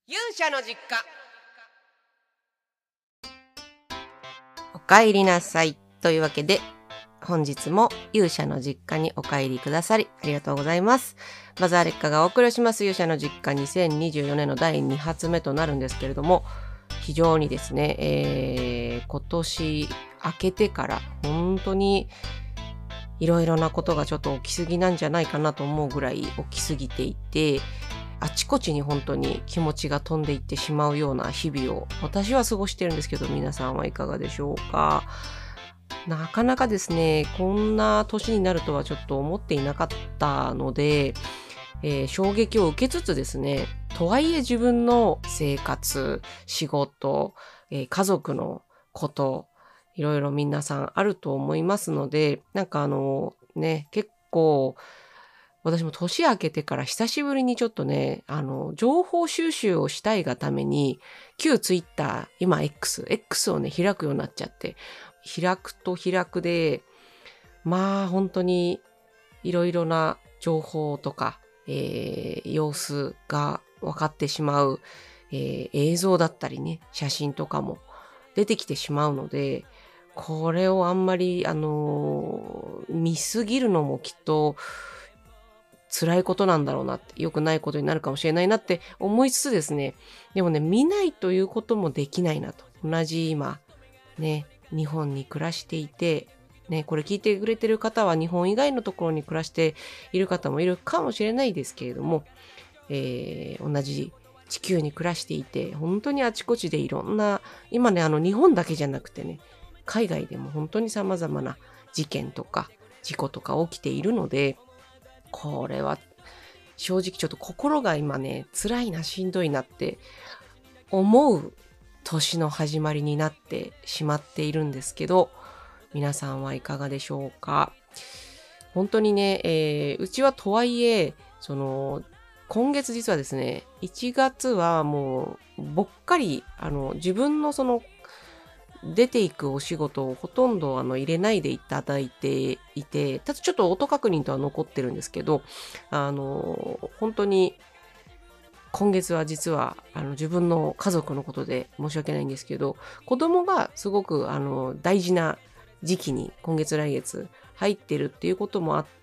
勇者の実家。お帰りなさい。というわけで、本日も勇者の実家にお帰りくださりありがとうございます。マザーレッカがお送りします勇者の実家2024年の第2発目となるんですけれども、非常にですね、今年明けてから本当にいろいろなことがちょっと起きすぎなんじゃないかなと思うぐらい起きすぎていて、あちこちに本当に気持ちが飛んでいってしまうような日々を私は過ごしてるんですけど、皆さんはいかがでしょうか。なかなかですね、こんな年になるとはちょっと思っていなかったので、衝撃を受けつつですね、とはいえ自分の生活、仕事、家族のこと、いろいろ皆さんあると思いますので、なんか結構私も年明けてから久しぶりにちょっとね、情報収集をしたいがために、旧ツイッター、今 X をね、開くようになっちゃって、開くと開くで、まあ本当にいろいろな情報とか、様子が分かってしまう、映像だったりね、写真とかも出てきてしまうので、これをあんまり、見すぎるのもきっと辛いことなんだろうなって、良くないことになるかもしれないなって思いつつですね、でもね、見ないということもできないなと。同じ今、ね、日本に暮らしていて、ね、これ聞いてくれてる方は日本以外のところに暮らしている方もいるかもしれないですけれども、同じ地球に暮らしていて、本当にあちこちでいろんな、今ね、日本だけじゃなくてね、海外でも本当に様々な事件とか事故とか起きているので、これは正直ちょっと心が今ね、辛いな、しんどいなって思う年の始まりになってしまっているんですけど、皆さんはいかがでしょうか。本当にね、うちはとはいえ、今月実はですね、1月はもう、ぼっかり、自分の出ていくお仕事をほとんど入れないでいただいていて、ただちょっと音確認とは残ってるんですけど、本当に今月は実は自分の家族のことで申し訳ないんですけど、子供がすごく大事な時期に今月来月入ってるっていうこともあって、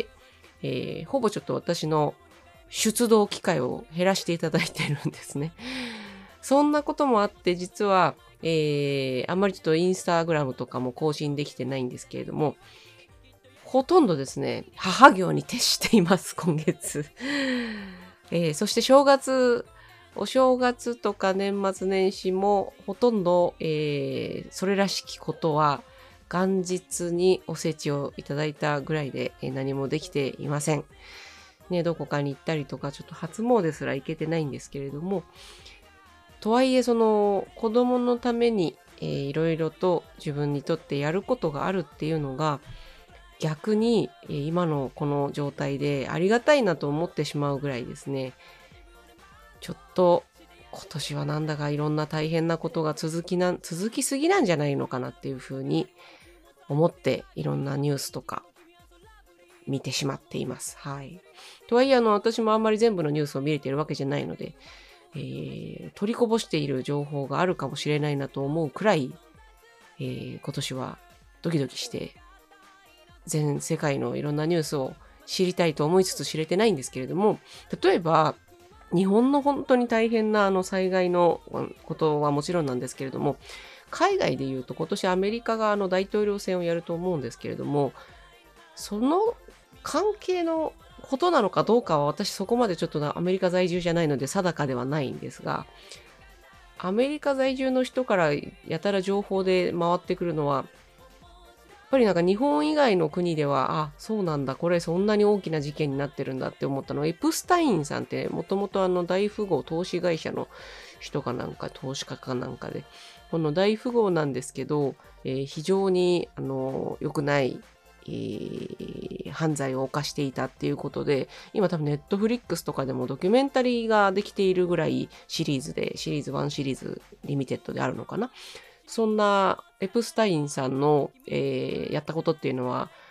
ほぼちょっと私の出動機会を減らしていただいてるんですね。そんなこともあって実は、あんまりちょっとインスタグラムとかも更新できてないんですけれども、ほとんどですね、母業に徹しています、今月。そしてお正月とか年末年始もほとんど、それらしきことは元日におせちをいただいたぐらいで、何もできていません。ね、どこかに行ったりとか、ちょっと初詣すら行けてないんですけれども、とはいえ子供のために、いろいろと自分にとってやることがあるっていうのが、逆に、今のこの状態でありがたいなと思ってしまうぐらいですね、ちょっと今年はなんだかいろんな大変なことが続きすぎなんじゃないのかなっていうふうに思って、いろんなニュースとか見てしまっています。はい。とはいえ私もあんまり全部のニュースを見れてるわけじゃないので、取りこぼしている情報があるかもしれないなと思うくらい、今年はドキドキして全世界のいろんなニュースを知りたいと思いつつ知れてないんですけれども、例えば日本の本当に大変な災害のことはもちろんなんですけれども、海外で言うと今年アメリカが大統領選をやると思うんですけれども、その関係のことなのかどうかは私そこまでちょっとアメリカ在住じゃないので定かではないんですが、アメリカ在住の人からやたら情報で回ってくるのは、やっぱりなんか日本以外の国では、あ、そうなんだ、これそんなに大きな事件になってるんだって思ったのは、エプスタインさんってもともと大富豪投資会社の人かなんか、投資家かなんかで、この大富豪なんですけど、非常に良くない犯罪を犯していたっていうことで、今多分ネットフリックスとかでもドキュメンタリーができているぐらいシリーズ1シリーズリミテッドであるのかな。そんなエプスタインさんの、やったことっていうのは、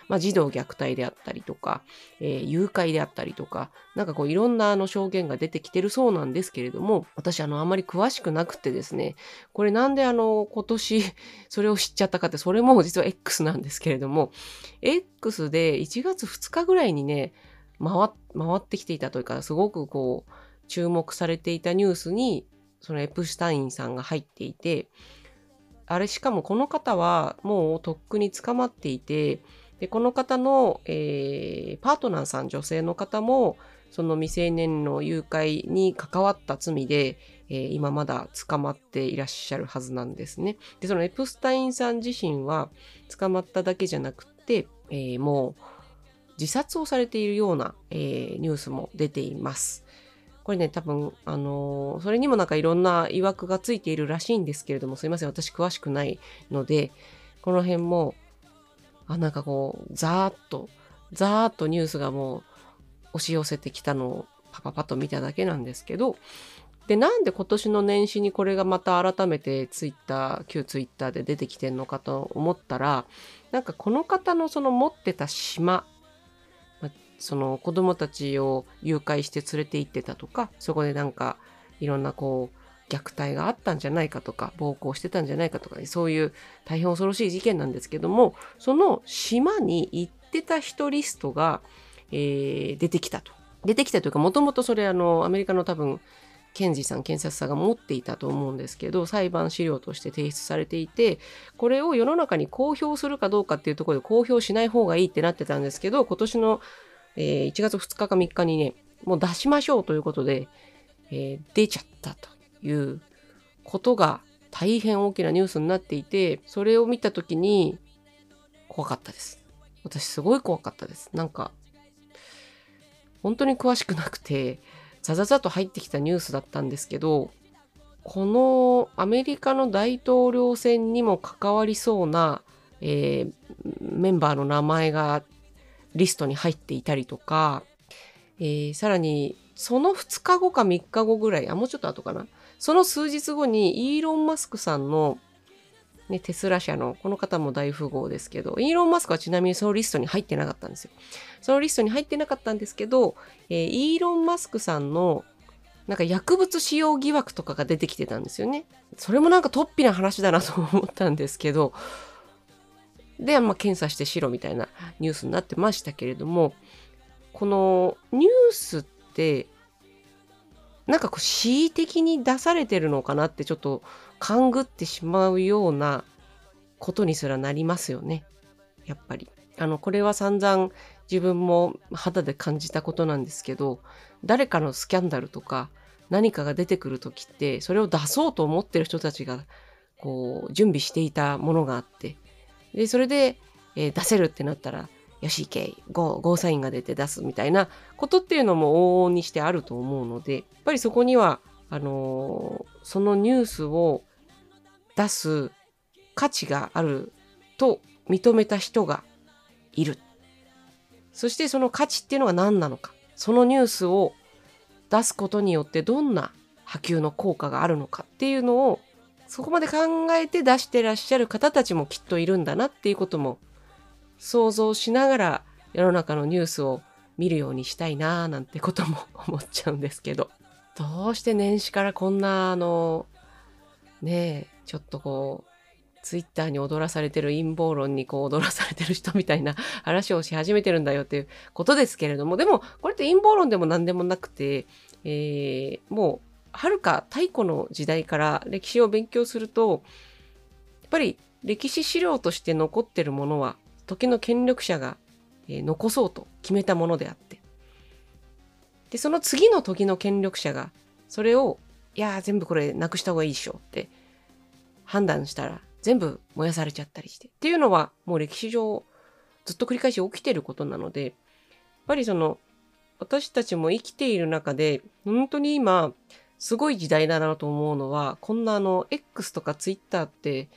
児童虐待であったりとか、誘拐であったりとか、なんかこういろんな証言が出てきてるそうなんですけれども、私あまり詳しくなくてですね、これなんで今年それを知っちゃったかって、それも実は X なんですけれども、X で1月2日ぐらいにね、回ってきていたというか、すごくこう注目されていたニュースに、そのエプスタインさんが入っていて、あれしかもこの方はもうとっくに捕まっていて、でこの方の、パートナーさん、女性の方もその未成年の誘拐に関わった罪で、今まだ捕まっていらっしゃるはずなんですね。でそのエプスタインさん自身は捕まっただけじゃなくて、もう自殺をされているような、ニュースも出ています。これね、多分、それにもなんかいろんな曰くがついているらしいんですけれども、すいません、私詳しくないので、この辺も、なんかこう、ざーっとニュースがもう押し寄せてきたのをパパパッと見ただけなんですけど、で、なんで今年の年始にこれがまた改めて旧ツイッターで出てきてんのかと思ったら、なんかこの方のその持ってた島、その子供たちを誘拐して連れて行ってたとか、そこでなんかいろんなこう虐待があったんじゃないかとか、暴行してたんじゃないかとか、そういう大変恐ろしい事件なんですけども、その島に行ってた人リストが、出てきたというか、もともとそれアメリカの多分検察さんが持っていたと思うんですけど、裁判資料として提出されていて、これを世の中に公表するかどうかっていうところで公表しない方がいいってなってたんですけど、今年の1月2日か3日にね、もう出しましょうということで、出ちゃったということが大変大きなニュースになっていて、それを見たときに怖かったです。私すごい怖かったです。なんか、本当に詳しくなくて、ザザザと入ってきたニュースだったんですけど、このアメリカの大統領選にも関わりそうな、メンバーの名前がリストに入っていたりとか、さらにその2日後か3日後ぐらい、もうちょっと後かな。その数日後にイーロン・マスクさんの、ね、テスラ社の、この方も大富豪ですけど、イーロン・マスクはちなみにそのリストに入ってなかったんですよ。そのリストに入ってなかったんですけど、イーロン・マスクさんのなんか薬物使用疑惑とかが出てきてたんですよね。それもなんか突飛な話だなと思ったんですけど、で、検査してしろみたいなニュースになってましたけれども、このニュースってなんかこう恣意的に出されてるのかなってちょっと勘ぐってしまうようなことにすらなりますよね。やっぱり。これは散々自分も肌で感じたことなんですけど、誰かのスキャンダルとか何かが出てくるときって、それを出そうと思ってる人たちがこう準備していたものがあって、で、それで、出せるってなったら、よし、行け、ゴーサインが出て出すみたいなことっていうのも往々にしてあると思うので、やっぱりそこには、そのニュースを出す価値があると認めた人がいる。そしてその価値っていうのが何なのか。そのニュースを出すことによってどんな波及の効果があるのかっていうのをそこまで考えて出してらっしゃる方たちもきっといるんだなっていうことも想像しながら世の中のニュースを見るようにしたいなーなんてことも思っちゃうんですけど、どうして年始からこんなねえちょっとこうツイッターに踊らされてる陰謀論にこう踊らされてる人みたいな話をし始めてるんだよっていうことですけれども、でもこれって陰謀論でも何でもなくて、もうはるか太古の時代から歴史を勉強すると、やっぱり歴史資料として残ってるものは時の権力者が残そうと決めたものであって、でその次の時の権力者がそれをいや全部これなくした方がいいでしょって判断したら全部燃やされちゃったりしてっていうのはもう歴史上ずっと繰り返し起きてることなので、やっぱりその私たちも生きている中で本当に今すごい時代だなと思うのは、こんなX とか Twitter って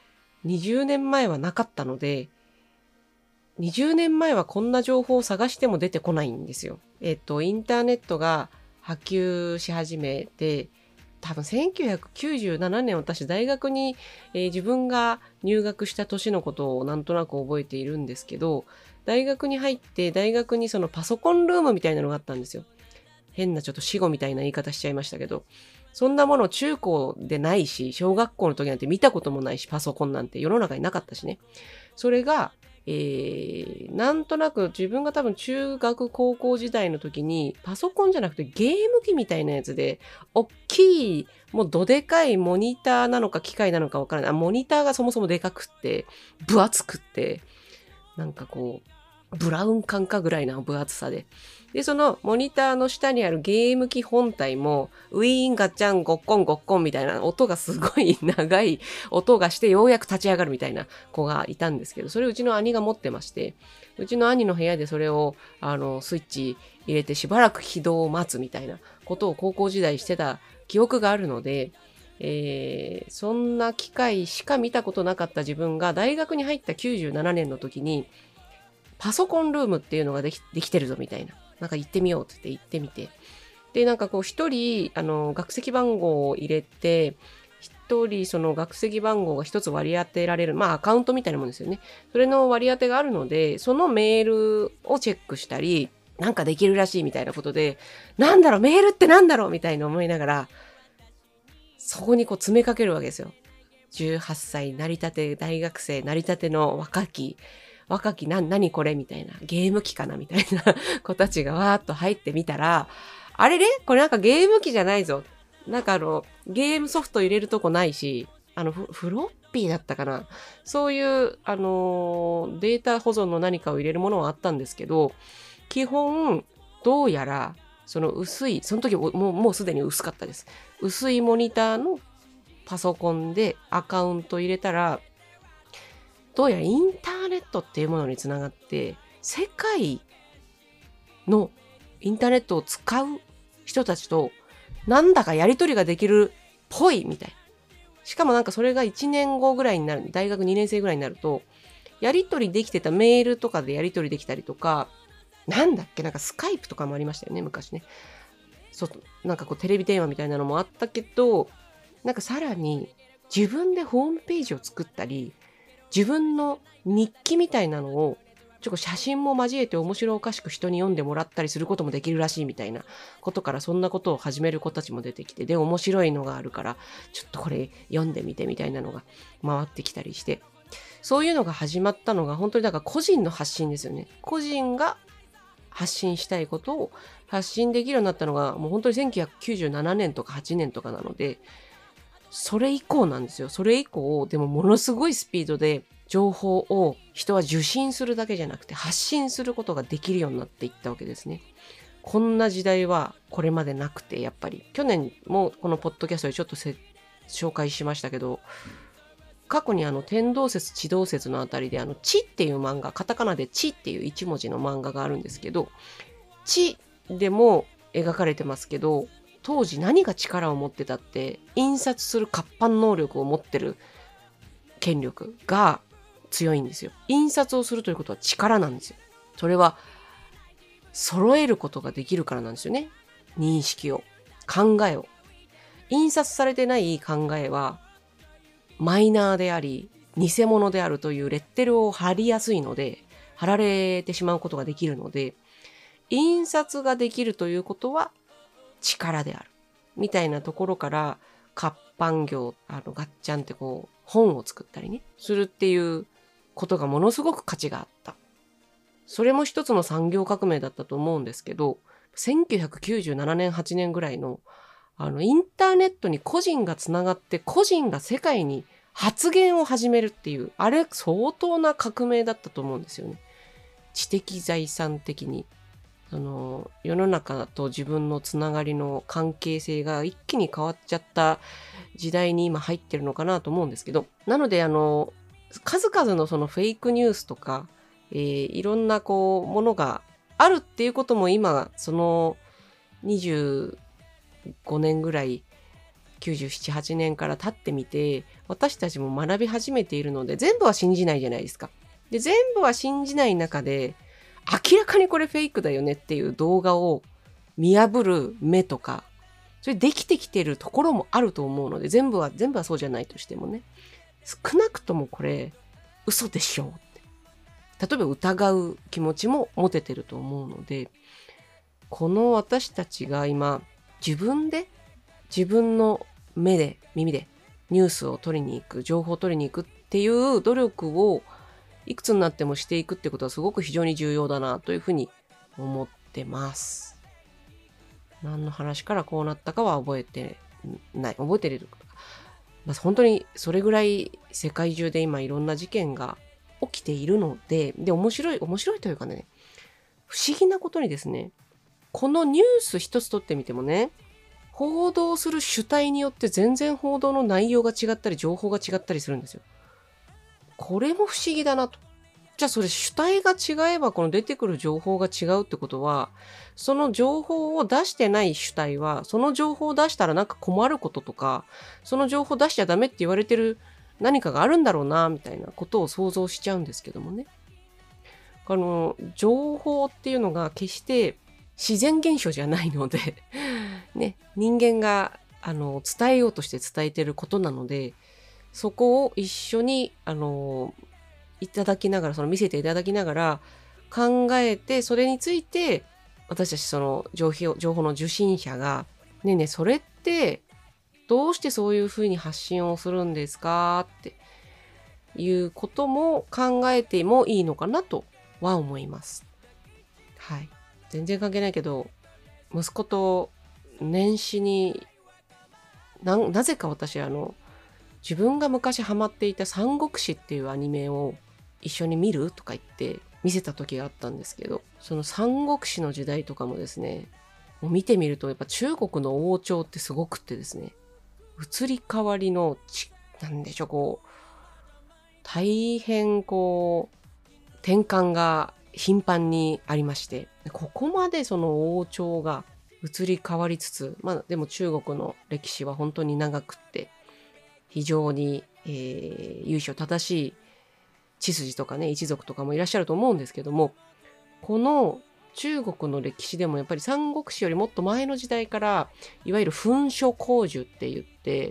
20年前はなかったので、20年前はこんな情報を探しても出てこないんですよ。インターネットが波及し始めて、 多分1997年私大学に、自分が入学した年のことをなんとなく覚えているんですけど、大学に入って大学にそのパソコンルームみたいなのがあったんですよ。変なちょっと死語みたいな言い方しちゃいましたけど、そんなもの中高でないし、小学校の時なんて見たこともないし、パソコンなんて世の中になかったしね。それが、なんとなく自分が多分中学高校時代の時にパソコンじゃなくてゲーム機みたいなやつで、大きい、もうどでかいモニターなのか機械なのかわからない。モニターがそもそもでかくって、分厚くって、なんかこう、ブラウン管かぐらいな分厚さで。で、そのモニターの下にあるゲーム機本体も、ウィーンガチャンゴッコンゴッコンみたいな音がすごい長い音がしてようやく立ち上がるみたいな子がいたんですけど、それうちの兄が持ってまして、うちの兄の部屋でそれをスイッチ入れてしばらく起動を待つみたいなことを高校時代してた記憶があるので、そんな機会しか見たことなかった自分が大学に入った97年の時に、パソコンルームっていうのができてるぞみたいな。なんか行ってみようって言って行ってみて。で、なんかこう一人、学籍番号を入れて、一人その学籍番号が一つ割り当てられる。まあアカウントみたいなもんですよね。それの割り当てがあるので、そのメールをチェックしたり、なんかできるらしいみたいなことで、なんだろう、メールってなんだろうみたいな思いながら、そこにこう詰めかけるわけですよ。18歳、成り立て、大学生、成り立ての若き何これみたいな、ゲーム機かなみたいな子たちがわーっと入ってみたら、あれれこれなんかゲーム機じゃないぞ。なんかゲームソフト入れるとこないし、フロッピーだったかな。そういう、データ保存の何かを入れるものはあったんですけど、基本、どうやら、その薄い、その時もうすでに薄かったです。薄いモニターのパソコンでアカウント入れたら、どうやらインターネットっていうものにつながって、世界のインターネットを使う人たちとなんだかやりとりができるっぽいみたいな。しかもなんかそれが1年後ぐらいになる、大学2年生ぐらいになると、やりとりできてたメールとかでやりとりできたりとか、なんだっけ、なんかスカイプとかもありましたよね、昔ね。なんかこうテレビ電話みたいなのもあったけど、なんかさらに自分でホームページを作ったり、自分の日記みたいなのをちょっと写真も交えて面白おかしく人に読んでもらったりすることもできるらしいみたいなことから、そんなことを始める子たちも出てきて、で面白いのがあるからちょっとこれ読んでみてみたいなのが回ってきたりして、そういうのが始まったのが本当にだから個人の発信ですよね。個人が発信したいことを発信できるようになったのがもう本当に1997年とか8年とかなので、それ以降なんですよ。それ以降、でもものすごいスピードで情報を人は受信するだけじゃなくて発信することができるようになっていったわけですね。こんな時代はこれまでなくて、やっぱり去年もこのポッドキャストでちょっと紹介しましたけど、過去に天動説地動説のあたりで地っていう漫画、カタカナで地っていう一文字の漫画があるんですけど、地でも描かれてますけど、当時何が力を持ってたって、印刷する活版能力を持ってる権力が強いんですよ。印刷をするということは力なんですよ。それは揃えることができるからなんですよね。認識を、考えを。印刷されてない考えはマイナーであり偽物であるというレッテルを貼りやすいので、貼られてしまうことができるので、印刷ができるということは力であるみたいなところから、活版業、ガッチャンってこう本を作ったりねするっていうことがものすごく価値があった。それも一つの産業革命だったと思うんですけど、1997年8年ぐらいのインターネットに個人がつながって個人が世界に発言を始めるっていう、あれ相当な革命だったと思うんですよね。知的財産的に。世の中と自分のつながりの関係性が一気に変わっちゃった時代に今入ってるのかなと思うんですけど、なので数々のそのフェイクニュースとか、いろんなこうものがあるっていうことも今その25年ぐらい97、8年から経ってみて私たちも学び始めているので、全部は信じないじゃないですか。で、全部は信じない中で明らかにこれフェイクだよねっていう動画を見破る目とかそれできてきてるところもあると思うので、全部はそうじゃないとしてもね、少なくともこれ嘘でしょうって。例えば疑う気持ちも持ててると思うので、この私たちが今自分の目で耳でニュースを取りに行く、情報を取りに行くっていう努力をいくつになってもしていくってことはすごく非常に重要だなというふうに思ってます。何の話からこうなったかは覚えてる。本当にそれぐらい世界中で今いろんな事件が起きているので、面白いというかね、不思議なことにですね、このニュース一つ取ってみてもね、報道する主体によって全然報道の内容が違ったり情報が違ったりするんですよ。これも不思議だなと。じゃあそれ主体が違えばこの出てくる情報が違うってことは、その情報を出してない主体は、その情報を出したらなんか困ることとか、その情報出しちゃダメって言われてる何かがあるんだろうな、みたいなことを想像しちゃうんですけどもね。情報っていうのが決して自然現象じゃないのでね、人間が伝えようとして伝えてることなので、そこを一緒にいただきながら、見せていただきながら考えて、それについて私たちその情報の受信者がねえねえそれってどうしてそういうふうに発信をするんですかっていうことも考えてもいいのかなとは思います。はい。全然関係ないけど、息子と年始になぜか私自分が昔ハマっていた三国志っていうアニメを一緒に見るとか言って見せた時があったんですけど、その三国志の時代とかもですね、もう見てみるとやっぱ中国の王朝ってすごくってですね、移り変わりのなんでしょう、大変転換が頻繁にありまして、ここまでその王朝が移り変わりつつ、でも中国の歴史は本当に長くって非常に、由緒正しい血筋とかね、一族とかもいらっしゃると思うんですけども、この中国の歴史でもやっぱり三国志よりもっと前の時代から、いわゆる焚書坑儒って言って、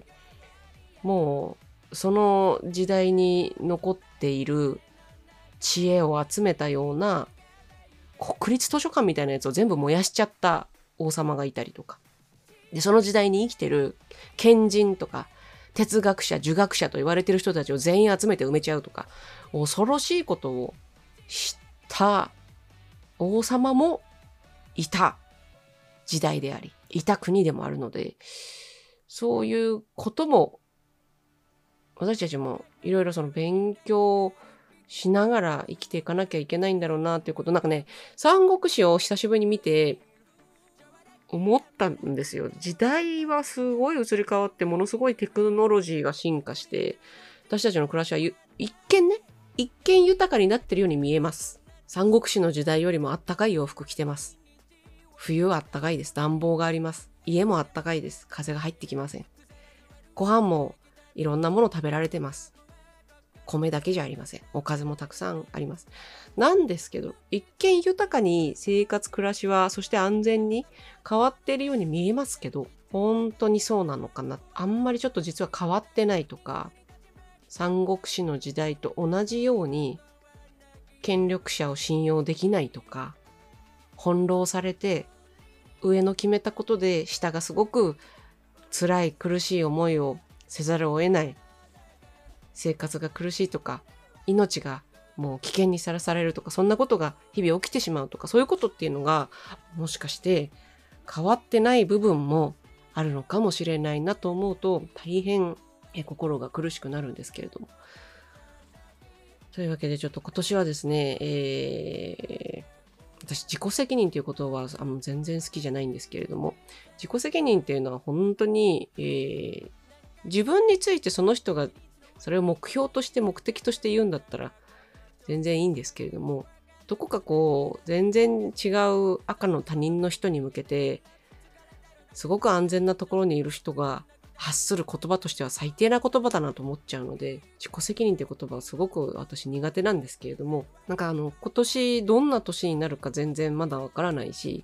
もうその時代に残っている知恵を集めたような国立図書館みたいなやつを全部燃やしちゃった王様がいたりとか。で、その時代に生きてる賢人とか、哲学者、儒学者と言われてる人たちを全員集めて埋めちゃうとか、恐ろしいことをした王様もいた時代であり、いた国でもあるので、そういうことも私たちもいろいろ勉強しながら生きていかなきゃいけないんだろうなっていうこと、なんかね、三国志を久しぶりに見て思ったんですよ。時代はすごい移り変わって、ものすごいテクノロジーが進化して、私たちの暮らしは一見豊かになってるように見えます。三国志の時代よりもあったかい洋服着てます。冬はあったかいです。暖房があります。家もあったかいです。風が入ってきません。ご飯もいろんなもの食べられてます。米だけじゃありません。おかずもたくさんあります。なんですけど、一見豊かに生活、暮らしは、そして安全に変わっているように見えますけど、本当にそうなのかな。あんまりちょっと実は変わってないとか、三国志の時代と同じように、権力者を信用できないとか、翻弄されて、上の決めたことで下がすごく辛い苦しい思いをせざるを得ない、生活が苦しいとか、命がもう危険にさらされるとか、そんなことが日々起きてしまうとか、そういうことっていうのがもしかして変わってない部分もあるのかもしれないなと思うと、大変心が苦しくなるんですけれども。というわけでちょっと今年はですね、私自己責任ということは全然好きじゃないんですけれども、自己責任っていうのは本当に、自分についてその人がそれを目標として目的として言うんだったら全然いいんですけれども、どこか全然違う赤の他人の人に向けてすごく安全なところにいる人が発する言葉としては最低な言葉だなと思っちゃうので、自己責任って言葉はすごく私苦手なんですけれども、なんか今年どんな年になるか全然まだわからないし、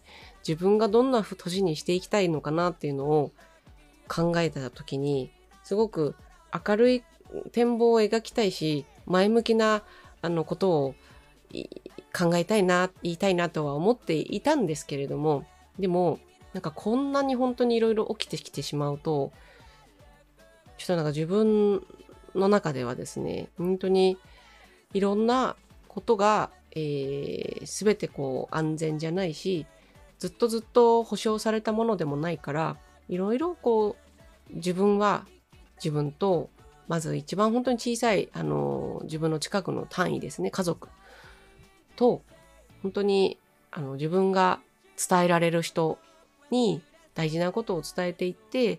自分がどんな年にしていきたいのかなっていうのを考えた時に、すごく明るい展望を描きたいし、前向きなことを考えたいな、言いたいなとは思っていたんですけれども、でもなんかこんなに本当にいろいろ起きてきてしまうと、ちょっとなんか自分の中ではですね、本当にいろんなことが、全てこう安全じゃないし、ずっと保証されたものでもないから、いろいろこう自分は自分と、まず一番本当に小さい自分の近くの単位ですね、家族と本当に自分が伝えられる人に大事なことを伝えていって、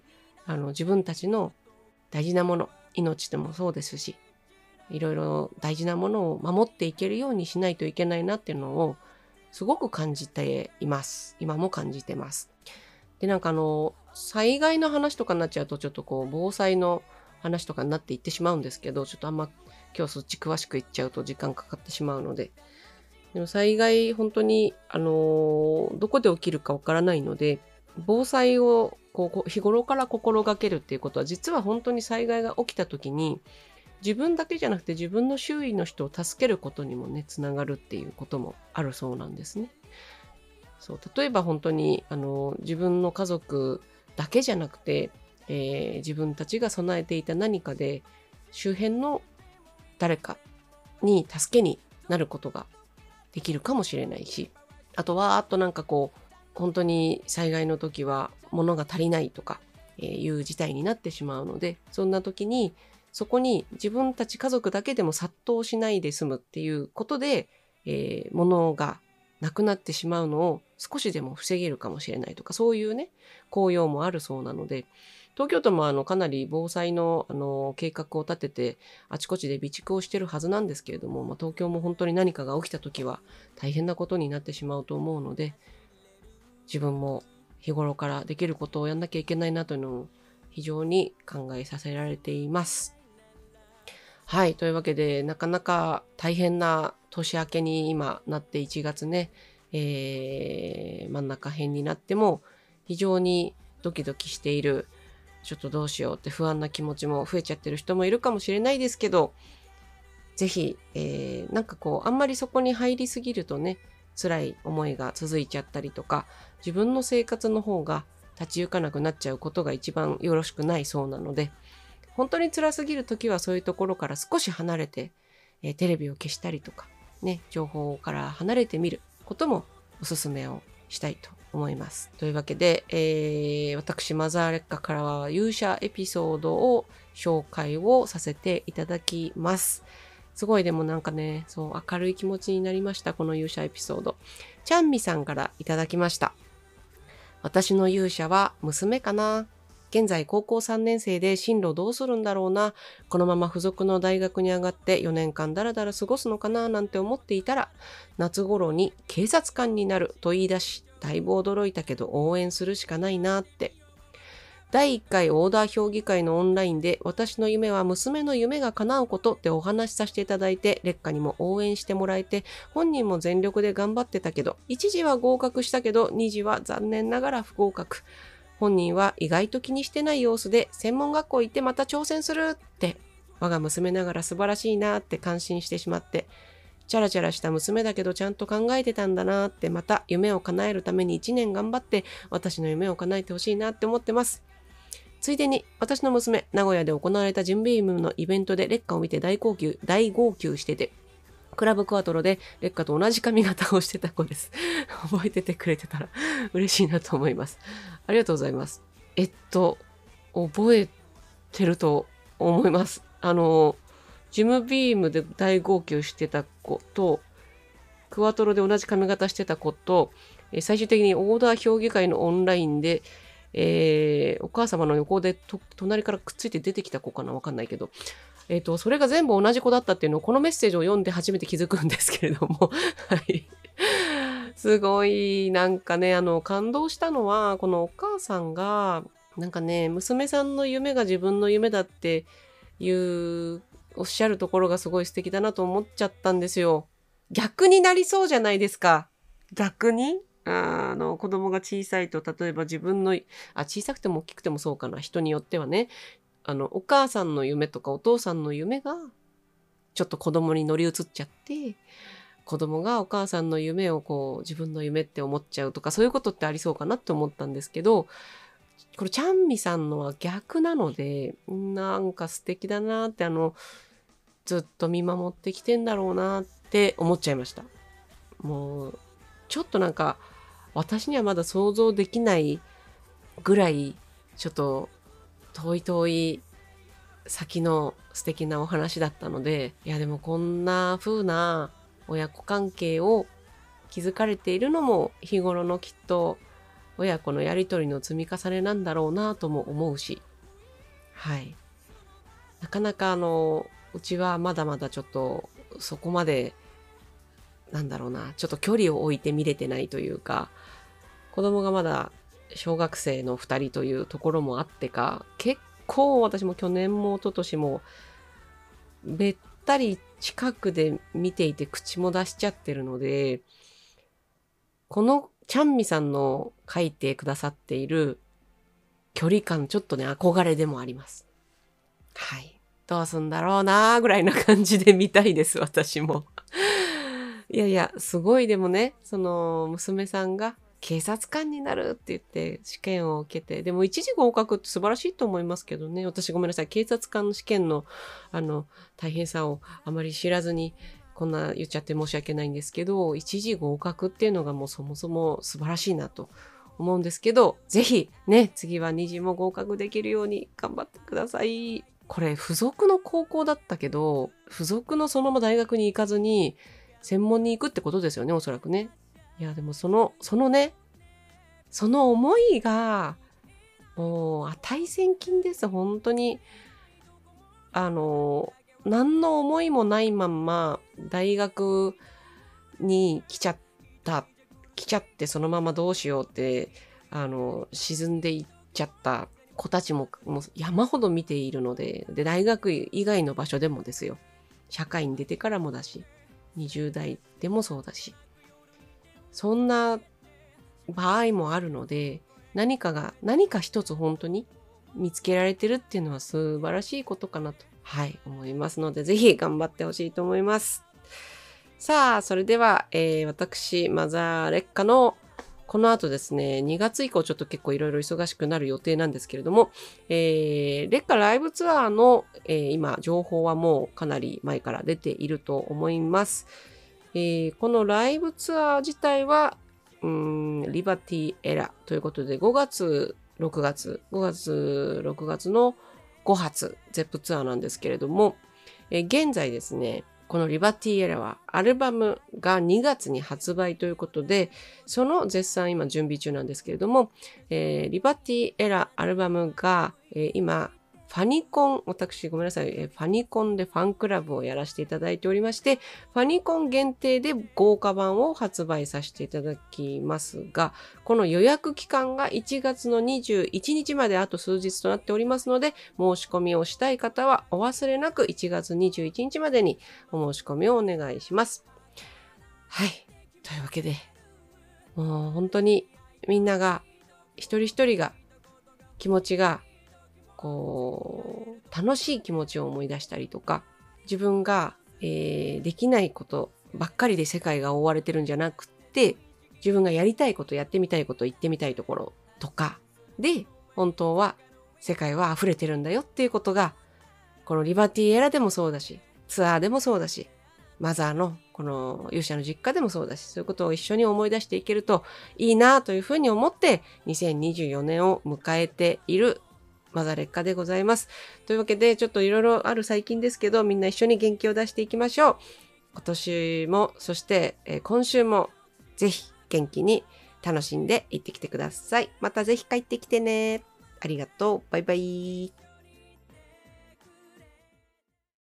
自分たちの大事なもの、命でもそうですし、いろいろ大事なものを守っていけるようにしないといけないなっていうのをすごく感じています。今も感じてます。で、なんか災害の話とかになっちゃうとちょっとこう防災の話とかになっていってしまうんですけど、ちょっとあんま今日そっち詳しく言っちゃうと時間かかってしまうので、でも災害本当にどこで起きるかわからないので、防災をこう日頃から心がけるっていうことは、実は本当に災害が起きた時に自分だけじゃなくて自分の周囲の人を助けることにもね、つながるっていうこともあるそうなんですね。そう、例えば本当に自分の家族だけじゃなくて、自分たちが備えていた何かで周辺の誰かに助けになることができるかもしれないし、あとなんかこう本当に災害の時は物が足りないとか、いう事態になってしまうので、そんな時にそこに自分たち家族だけでも殺到しないで済むっていうことで、物がなくなってしまうのを少しでも防げるかもしれないとか、そういうね、効用もあるそうなので、東京都もかなり防災の計画を立てて、あちこちで備蓄をしてるはずなんですけれども、東京も本当に何かが起きた時は大変なことになってしまうと思うので、自分も日頃からできることをやんなきゃいけないなというのを非常に考えさせられています。はい。というわけで、なかなか大変な年明けに今なって1月ね、真ん中辺になっても非常にドキドキしている、ちょっとどうしようって不安な気持ちも増えちゃってる人もいるかもしれないですけど、ぜひ、なんかこう、あんまりそこに入りすぎるとね、辛い思いが続いちゃったりとか、自分の生活の方が立ち行かなくなっちゃうことが一番よろしくないそうなので、本当に辛すぎるときはそういうところから少し離れて、テレビを消したりとか、ね、情報から離れてみることもおすすめをしたいと思います。というわけで、私マザーレッカからは勇者エピソードを紹介をさせていただきます。すごいでもなんかね、そう明るい気持ちになりました。この勇者エピソード。ちゃんみさんからいただきました。私の勇者は娘かな。現在高校3年生で進路どうするんだろうな。このまま付属の大学に上がって4年間だらだら過ごすのかななんて思っていたら、夏頃に警察官になると言い出し、だいぶ驚いたけど応援するしかないなって。第1回オーダー評議会のオンラインで私の夢は娘の夢が叶うことってお話しさせていただいて、劣化にも応援してもらえて、本人も全力で頑張ってたけど、1次は合格したけど2次は残念ながら不合格。本人は意外と気にしてない様子で、専門学校行ってまた挑戦するって、我が娘ながら素晴らしいなって感心してしまって、チャラチャラした娘だけどちゃんと考えてたんだなって、また夢を叶えるために1年頑張って私の夢を叶えてほしいなって思ってます。ついでに私の娘、名古屋で行われた準備ムのイベントで劣化を見て大号泣してて、クラブクワトロで劣化と同じ髪型をしてた子です。覚えててくれてたら嬉しいなと思います。ありがとうございます。覚えてると思います。ジムビームで大号泣してた子と、クワトロで同じ髪型してた子と、最終的にオーダー評議会のオンラインで、お母様の横で隣からくっついて出てきた子かな、わかんないけど、それが全部同じ子だったっていうのをこのメッセージを読んで初めて気づくんですけれども、はい。すごい、なんかね、感動したのは、このお母さんが、なんかね、娘さんの夢が自分の夢だっていうおっしゃるところがすごい素敵だなと思っちゃったんですよ。逆になりそうじゃないですか。逆に子供が小さいと、例えば自分の、小さくても大きくてもそうかな、人によってはね、お母さんの夢とかお父さんの夢が、ちょっと子供に乗り移っちゃって、子供がお母さんの夢をこう、自分の夢って思っちゃうとか、そういうことってありそうかなって思ったんですけど、これ、チャンミさんのは逆なので、なんか素敵だなって、ずっと見守ってきてんだろうなって思っちゃいました。もう、ちょっとなんか、私にはまだ想像できないぐらい、ちょっと遠い先の素敵なお話だったので、いやでもこんな風な親子関係を築かれているのも日頃のきっと親子のやりとりの積み重ねなんだろうなとも思うし、はい。なかなかうちはまだまだちょっとそこまで、なんだろうな、ちょっと距離を置いて見れてないというか、子供がまだ小学生の2人というところもあってか、結構私も去年も一昨年もべったり近くで見ていて口も出しちゃってるので、このチャンミさんの書いてくださっている距離感、ちょっとね、憧れでもあります。はい。どうすんだろうなーぐらいな感じで見たいです、私も。いやいや、すごいでもね、その娘さんが警察官になるって言って試験を受けて、でも一次合格って素晴らしいと思いますけどね。私ごめんなさい。警察官の試験の大変さをあまり知らずに、こんな言っちゃって申し訳ないんですけど、一次合格っていうのがもうそもそも素晴らしいなと思うんですけど、ぜひね、次は二次も合格できるように頑張ってください。これ、付属の高校だったけど、付属のそのまま大学に行かずに、専門に行くってことですよね、おそらくね。いや、でもそのね、その思いが、もう値千金です、本当に。何の思いもないまんま、大学に来ちゃってそのままどうしようって、沈んでいっちゃった子たちも山ほど見ているので、大学以外の場所でもですよ。社会に出てからもだし、20代でもそうだし。そんな場合もあるので、何か一つ本当に見つけられてるっていうのは素晴らしいことかなと、はい、思いますので、ぜひ頑張ってほしいと思います。さあ、それでは、私、マザー劣化のこの後ですね、2月以降ちょっと結構いろいろ忙しくなる予定なんですけれども、劣化ライブツアーの、今、情報はもうかなり前から出ていると思います。このライブツアー自体は、リバティエラということで、5月、6月の5発、ゼップツアーなんですけれども、現在ですね、このリバティエラはアルバムが2月に発売ということで、その絶賛今準備中なんですけれども、リバティエラアルバムが、今、ファニコン、私ごめんなさい、ファニコンでファンクラブをやらせていただいておりまして、ファニコン限定で豪華版を発売させていただきますが、この予約期間が1月の21日まであと数日となっておりますので、申し込みをしたい方はお忘れなく1月21日までにお申し込みをお願いします。はい。というわけで、もう本当にみんなが、一人一人が気持ちが楽しい気持ちを思い出したりとか、自分が、できないことばっかりで世界が覆われてるんじゃなくって、自分がやりたいこと、やってみたいこと、行ってみたいところとかで、本当は世界は溢れてるんだよっていうことが、このリバティエラでもそうだし、ツアーでもそうだし、マザーのこの勇者の実家でもそうだし、そういうことを一緒に思い出していけるといいなというふうに思って、2024年を迎えているマザー劣化でございます。というわけで、ちょっといろいろある最近ですけど、みんな一緒に元気を出していきましょう。今年も、そして、今週もぜひ元気に楽しんで行ってきてください。またぜひ帰ってきてね。ありがとう。バイバイ。